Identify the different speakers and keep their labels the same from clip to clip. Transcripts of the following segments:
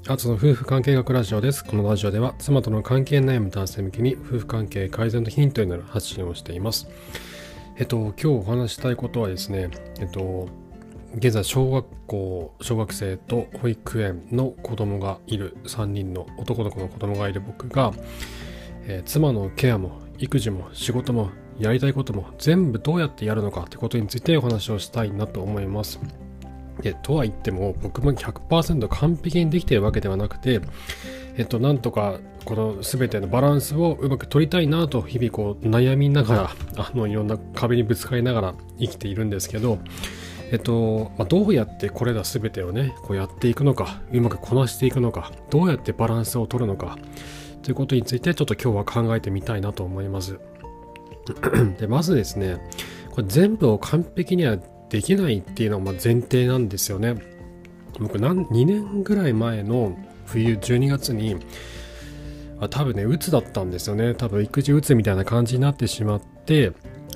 Speaker 1: の夫婦関係学ラジオです。このラジオでは妻との関係悩む男性向けに夫婦関係改善のヒントになる発信をしています。今日お話したいことはですね、現在小学生と保育園の子供がいる3人の男の子の子供がいる僕が、妻のケアも育児も仕事もやりたいことも全部どうやってやるのかということについてお話をしたいなと思います。とは言っても僕も 100% 完璧にできているわけではなくて、なんとかこの全てのバランスをうまく取りたいなと日々悩みながらいろんな壁にぶつかりながら生きているんですけど、どうやってこれら全てをねやっていくのか、うまくこなしていくのか、どうやってバランスを取るのかということについてちょっと今日は考えてみたいなと思います。でまずですね、これ全部を完璧にはできないっていうのは前提なんですよね。僕2年ぐらい前の冬12月に多分ね鬱だったんですよね。多分育児鬱みたいな感じになってしまって、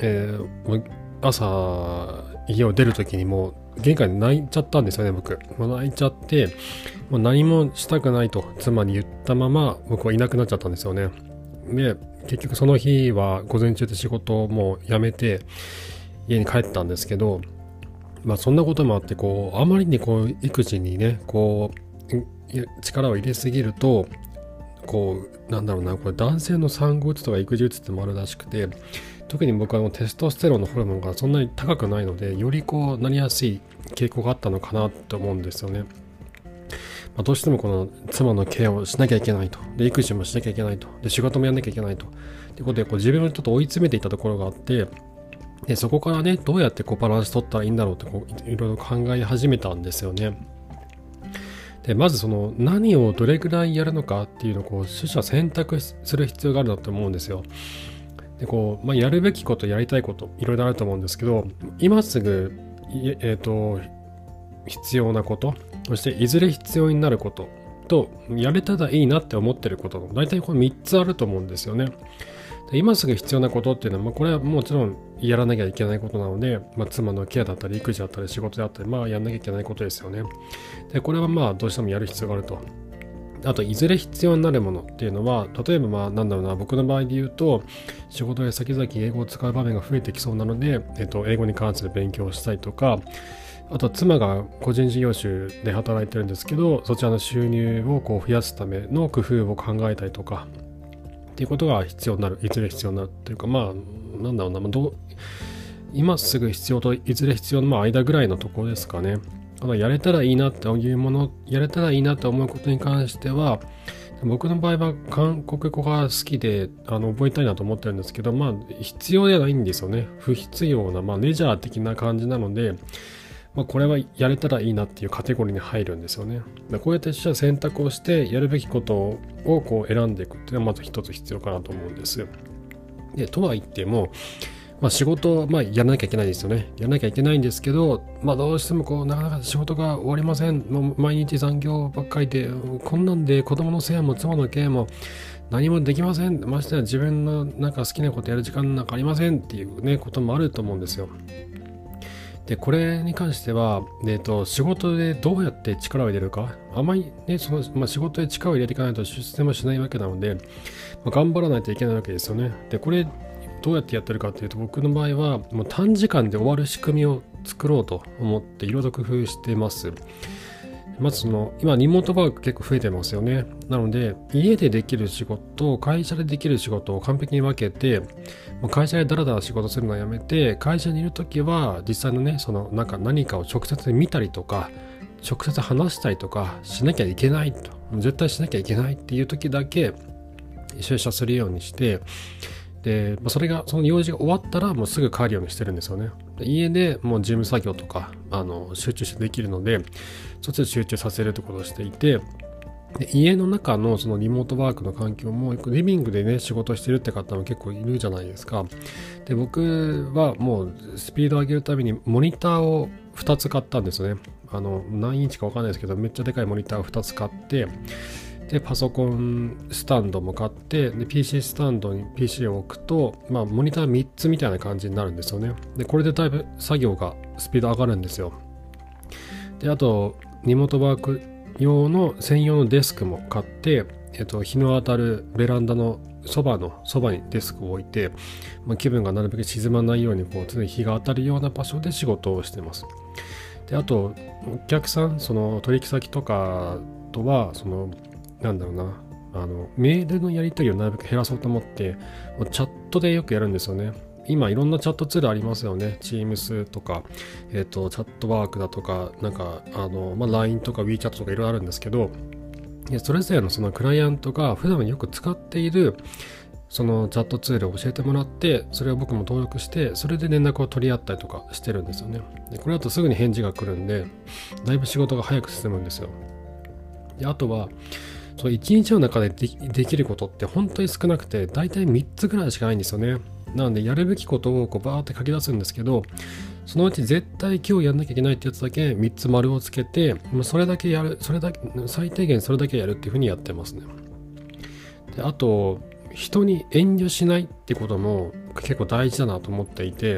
Speaker 1: 朝家を出るときにもう玄関で泣いちゃったんですよね。僕泣いちゃってもう何もしたくないと妻に言ったまま僕はいなくなっちゃったんですよね。で結局その日は午前中で仕事をもう辞めて家に帰ったんですけど、そんなこともあってあまりに育児にね力を入れすぎるとこれ男性の産後うつとか育児うつってもあるらしくて、特に僕はテストステロンのホルモンがそんなに高くないのでよりなりやすい傾向があったのかなと思うんですよね。どうしてもこの妻のケアをしなきゃいけないと、で育児もしなきゃいけないと、で仕事もやんなきゃいけないということで自分をちょっと追い詰めていたところがあって、でそこからねどうやってバランス取ったらいいんだろうっていろいろ考え始めたんですよね。でまず何をどれくらいやるのかっていうのを取捨選択する必要があるなと思うんですよ。でやるべきことやりたいこといろいろあると思うんですけど、今すぐ必要なこと、そしていずれ必要になることとやれたらいいなって思ってることの大体3つあると思うんですよね。で今すぐ必要なことっていうのは、これはもちろんやらなきゃいけないことなので、妻のケアだったり育児だったり仕事だったりやんなきゃいけないことですよね。でこれはどうしてもやる必要があると。あといずれ必要になるものっていうのは、例えば僕の場合で言うと仕事で先々英語を使う場面が増えてきそうなので、英語に関する勉強をしたりとか、あと妻が個人事業主で働いてるんですけど、そちらの収入を増やすための工夫を考えたりとかっていうことが必要になる、いずれ必要になるというか、今すぐ必要といずれ必要の間ぐらいのところですかね。やれたらいいなっていうもの、やれたらいいなと思うことに関しては、僕の場合は韓国語が好きで覚えたいなと思ってるんですけど、必要ではないんですよね。不必要な、レジャー的な感じなので、これはやれたらいいなっていうカテゴリーに入るんですよね。こうやって選択をしてやるべきことを選んでいくっていうのはまず一つ必要かなと思うんです。でとは言っても、仕事やらなきゃいけないですよね。やらなきゃいけないんですけど、どうしてもなかなか仕事が終わりません。もう毎日残業ばっかりで、こんなんで子供の世話も妻のケアも何もできません。ましてや自分の好きなことやる時間なんかありませんっていうねこともあると思うんですよ。でこれに関しては、仕事でどうやって力を入れるか、あまりね仕事で力を入れていかないと出世もしないわけなので、頑張らないといけないわけですよね。でこれどうやってやってるかというと、僕の場合はもう短時間で終わる仕組みを作ろうと思っていろいろ工夫しています。まず今リモートワーク結構増えてますよね。なので家でできる仕事、会社でできる仕事を完璧に分けて、会社でダラダラ仕事するのはやめて、会社にいるときは実際のね何かを直接見たりとか直接話したりとかしなきゃいけないと、絶対しなきゃいけないっていう時だけ出社するようにして、でその用事が終わったらもうすぐ帰るようにしてるんですよね。家でもう事務作業とか集中してできるので、そっちで集中させるということをしていて、で家の中のそのリモートワークの環境もリビングでね仕事してるって方も結構いるじゃないですか。で僕はもうスピードを上げるためにモニターを2つ買ったんですよね。何インチか分かんないですけど、めっちゃでかいモニターを2つ買って、でパソコンスタンドも買って、で PC スタンドに PC を置くと、モニター3つみたいな感じになるんですよね。でこれでだいぶ作業がスピード上がるんですよ。であとリモートワーク用の専用のデスクも買って、日の当たるベランダのそばにデスクを置いて、気分がなるべく沈まないように常に日が当たるような場所で仕事をしてます。で、あとお客さん、その取引先とかとはメールのやり取りをなるべく減らそうと思って、チャットでよくやるんですよね。今いろんなチャットツールありますよね。Teams とか、チャットワークだとか、LINE とか WeChat とかいろいろあるんですけど、それぞれのそのクライアントが普段よく使っているそのチャットツールを教えてもらって、それを僕も登録して、それで連絡を取り合ったりとかしてるんですよね。でこれだとすぐに返事が来るんで、だいぶ仕事が早く進むんですよ。であとはその1日の中で できることって本当に少なくて、だいたい3つぐらいしかないんですよね。なのでやるべきことをバーって書き出すんですけど、そのうち絶対今日やんなきゃいけないってやつだけ3つ丸をつけて、それだけやる、最低限それだけやるっていうふうにやってますね。であと人に遠慮しないってことも結構大事だなと思っていて、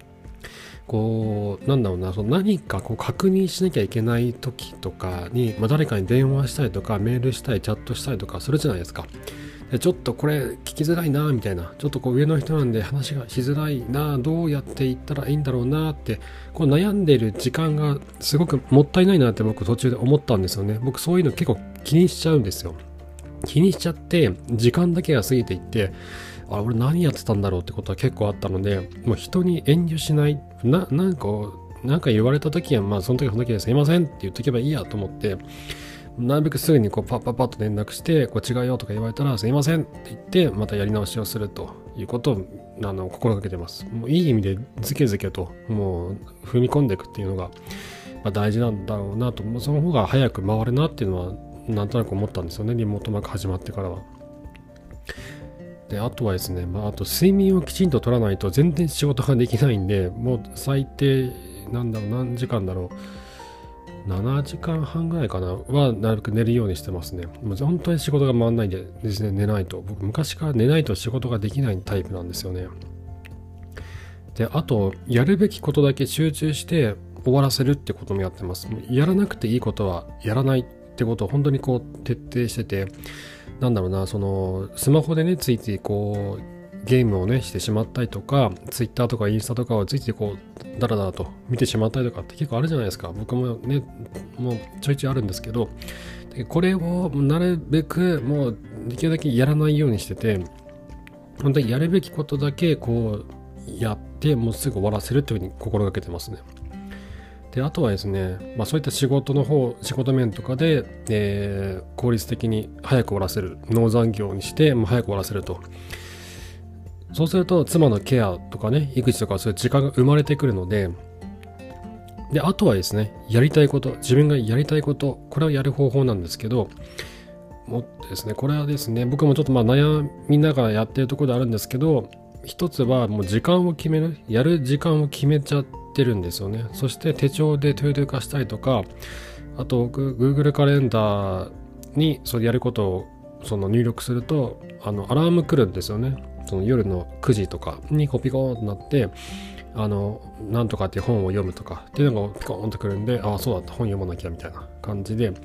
Speaker 1: 何か確認しなきゃいけない時とかに、誰かに電話したりとかメールしたりチャットしたりとかするじゃないですか。でちょっとこれ聞きづらいなみたいな、ちょっと上の人なんで話がしづらいな、どうやって言ったらいいんだろうなって悩んでいる時間がすごくもったいないなって僕途中で思ったんですよね。僕そういうの結構気にしちゃうんですよ。気にしちゃって時間だけが過ぎていって、俺何やってたんだろうってことは結構あったので、もう人に遠慮しない、なんか言われた時はその時ですいませんって言っとけばいいやと思って、なるべくすぐにパッと連絡して、違うよとか言われたらすいませんって言ってまたやり直しをするということを心がけてます。もういい意味でズケズケともう踏み込んでいくっていうのが、大事なんだろうなと、その方が早く回るなっていうのはなんとなく思ったんですよね、リモートワーク始まってからは。であとはですね、あと睡眠をきちんと取らないと全然仕事ができないんで、もう最低何時間だろう、7時間半ぐらいかなはなるべく寝るようにしてますね。もう本当に仕事が回んないんでですね、寝ないと、僕昔から寝ないと仕事ができないタイプなんですよね。であとやるべきことだけ集中して終わらせるってこともやってます。やらなくていいことはやらないってことを本当に徹底してて、そのスマホでねついついゲームをねしてしまったりとか、ツイッターとかインスタとかをついついダラダラと見てしまったりとかって結構あるじゃないですか。僕もねもうちょいちょいあるんですけど、これをなるべくもうできるだけやらないようにしてて、本当にやるべきことだけやってもうすぐ終わらせるっていうふうに心がけてますね。であとはですね、そういった仕事面とかで、効率的に早く終わらせる、農残業にしてもう早く終わらせると。そうすると妻のケアとかね、育児とかそういう時間が生まれてくるので、あとはですね、やりたいこと、自分がやりたいこと、これをやる方法なんですけど、もっとですね、これはですね、僕もちょっと悩みながらやってるところであるんですけど、一つはもう時間を決める、やる時間を決めちゃってるんですよね。そして手帳でトゥードゥ化したりとか、あと Google カレンダーにそれやることを入力するとアラーム来るんですよね。その夜の9時とかにピコーンとなって、なんとかっていう本を読むとかっていうのがピコーンと来るんで、そうだった、本読まなきゃみたいな感じで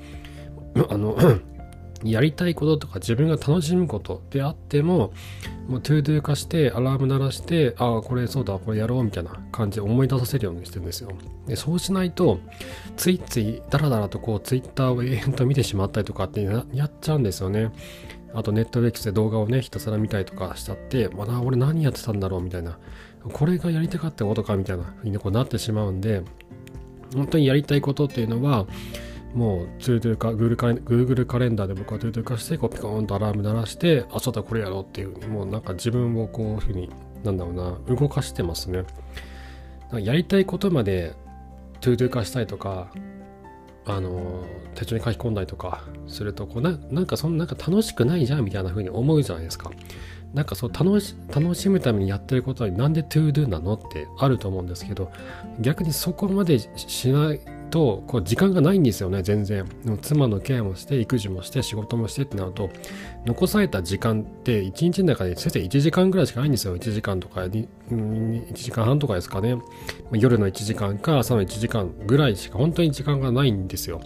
Speaker 1: やりたいこととか自分が楽しむことであっても、もうトゥードゥ化してアラーム鳴らして、これそうだ、これやろうみたいな感じで思い出させるようにしてるんですよ。でそうしないとついついダラダラとツイッターを永遠と見てしまったりとかってやっちゃうんですよね。あとネットフリックスで動画をねひたすら見たりとかしちゃって、俺何やってたんだろうみたいな、これがやりたかったことかみたいなふうになってしまうんで、本当にやりたいことっていうのはもうトゥードゥか Google カレンダーで僕はトゥードゥ化してピコーンとアラーム鳴らして、そうだこれやろうっていう、もう自分をこういうふうに動かしてますね。やりたいことまでトゥードゥ化したりとか、手帳に書き込んだりとかするとなんか楽しくないじゃんみたいな風に思うじゃないですか。楽しむためにやってることはなんで to do なのってあると思うんですけど、逆にそこまでしないと時間がないんですよね。全然妻のケアもして育児もして仕事もしてってなると、残された時間って1日の中でせいぜい1時間ぐらいしかないんですよ。1時間とか1時間半とかですかね。夜の1時間か朝の1時間ぐらいしか本当に時間がないんですよ。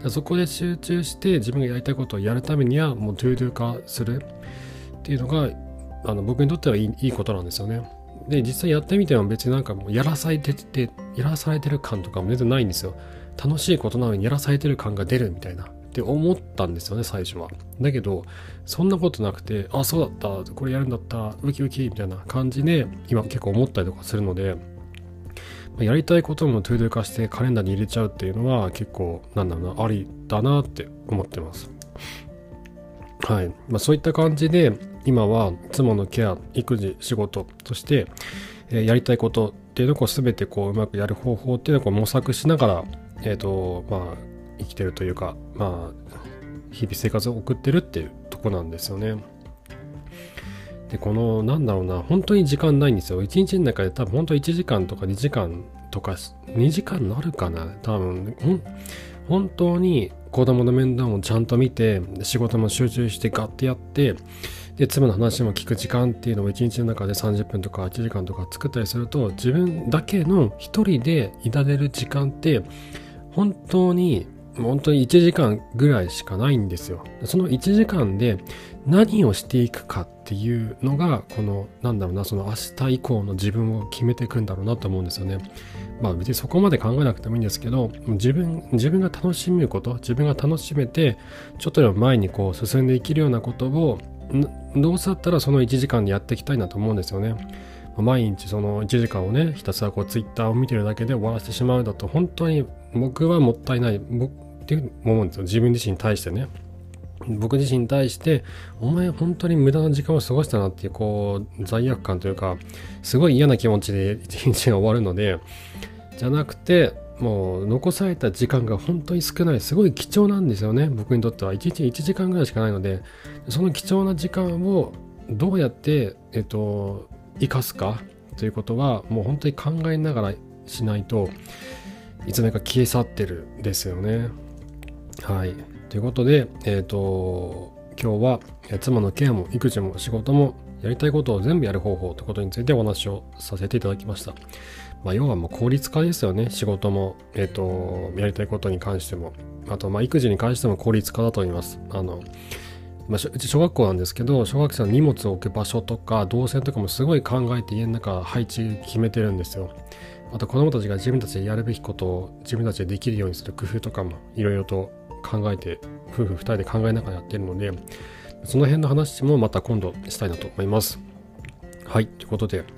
Speaker 1: そこで集中して自分がやりたいことをやるためにはもうトゥードゥ化するっていうのが僕にとってはいいことなんですよね。で、実際やってみても別になんかもうやらされてる感とかも全然ないんですよ。楽しいことなのにやらされてる感が出るみたいなって思ったんですよね、最初は。だけどそんなことなくて、あ、そうだった、これやるんだった、ウキウキみたいな感じで今結構思ったりとかするので、やりたいこともトゥードゥ化してカレンダーに入れちゃうっていうのは結構なんだろうな、ありだなって思ってます。はい。そういった感じで今は妻のケア、育児、仕事、そして、やりたいことっていうのを全てうまくやる方法っていうのを模索しながら、生きてるというか、日々生活を送ってるっていうとこなんですよね。で、なんだろうな、本当に時間ないんですよ。1日の中で多分本当1時間とか2時間とか、2時間になるかな、多分。本当に子供の面倒もちゃんと見て、仕事も集中してガッてやって、で、妻の話も聞く時間っていうのを1日の中で30分とか1時間とか作ったりすると、自分だけの一人でいられる時間って、本当に1時間ぐらいしかないんですよ。その1時間で何をしていくかっていうのが、なんだろうな、その明日以降の自分を決めていくんだろうなと思うんですよね。別にそこまで考えなくてもいいんですけど、自分が楽しむこと、自分が楽しめて、ちょっとでも前に進んでいけるようなことを、どうせだったらその1時間でやっていきたいなと思うんですよね。毎日その1時間をね、ひたすらツイッターを見てるだけで終わらせてしまうだと、本当に僕はもったいないって思うんですよ。自分自身に対してね。僕自身に対して、お前本当に無駄な時間を過ごしたなっていう罪悪感というか、すごい嫌な気持ちで一日が終わるので、じゃなくて、もう残された時間が本当に少ない、すごい貴重なんですよね。僕にとっては1日1時間ぐらいしかないので、その貴重な時間をどうやって生かすかということはもう本当に考えながらしないといつの間にか消え去ってるんですよね。はい。ということで、今日は妻のケアも育児も仕事もやりたいことを全部やる方法ということについてお話をさせていただきました。要はもう効率化ですよね。仕事も、やりたいことに関しても、あと育児に関しても効率化だと思います。うち小学校なんですけど、小学生の荷物を置く場所とか動線とかもすごい考えて家の中配置決めてるんですよ。あと子供たちが自分たちでやるべきことを自分たちでできるようにする工夫とかもいろいろと考えて、夫婦2人で考えながらやってるので、その辺の話もまた今度したいなと思います。はい、ということで、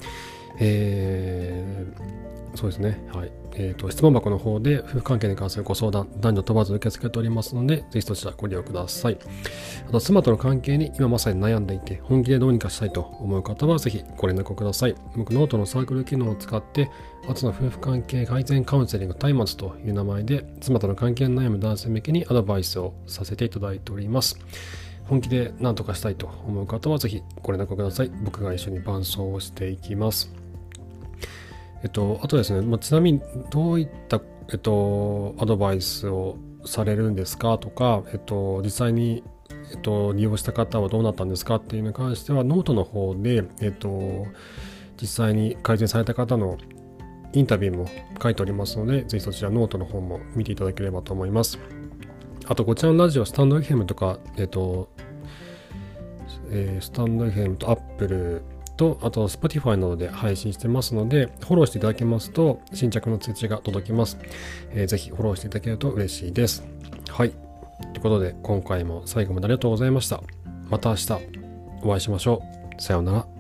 Speaker 1: そうですね。はい。質問箱の方で夫婦関係に関するご相談、男女問わず受け付けておりますので、ぜひそちらご利用ください。あと、妻との関係に今まさに悩んでいて、本気でどうにかしたいと思う方は、ぜひご連絡ください。僕、ノートのサークル機能を使って、初の夫婦関係改善カウンセリング松明という名前で、妻との関係に悩む男性向けにアドバイスをさせていただいております。本気で何とかしたいと思う方は、ぜひご連絡ください。僕が一緒に伴走をしていきます。あとですね、ちなみにどういった、アドバイスをされるんですかとか、実際に、利用した方はどうなったんですかっていうのに関しては、ノートの方で、実際に改善された方のインタビューも書いておりますので、ぜひそちらノートの方も見ていただければと思います。あと、こちらのラジオ、スタンド FM とか、スタンド FM と Appleと、あと Spotify などで配信してますので、フォローしていただけますと新着の通知が届きます。ぜひフォローしていただけると嬉しいです。はい。ということで、今回も最後までありがとうございました。また明日お会いしましょう。さようなら。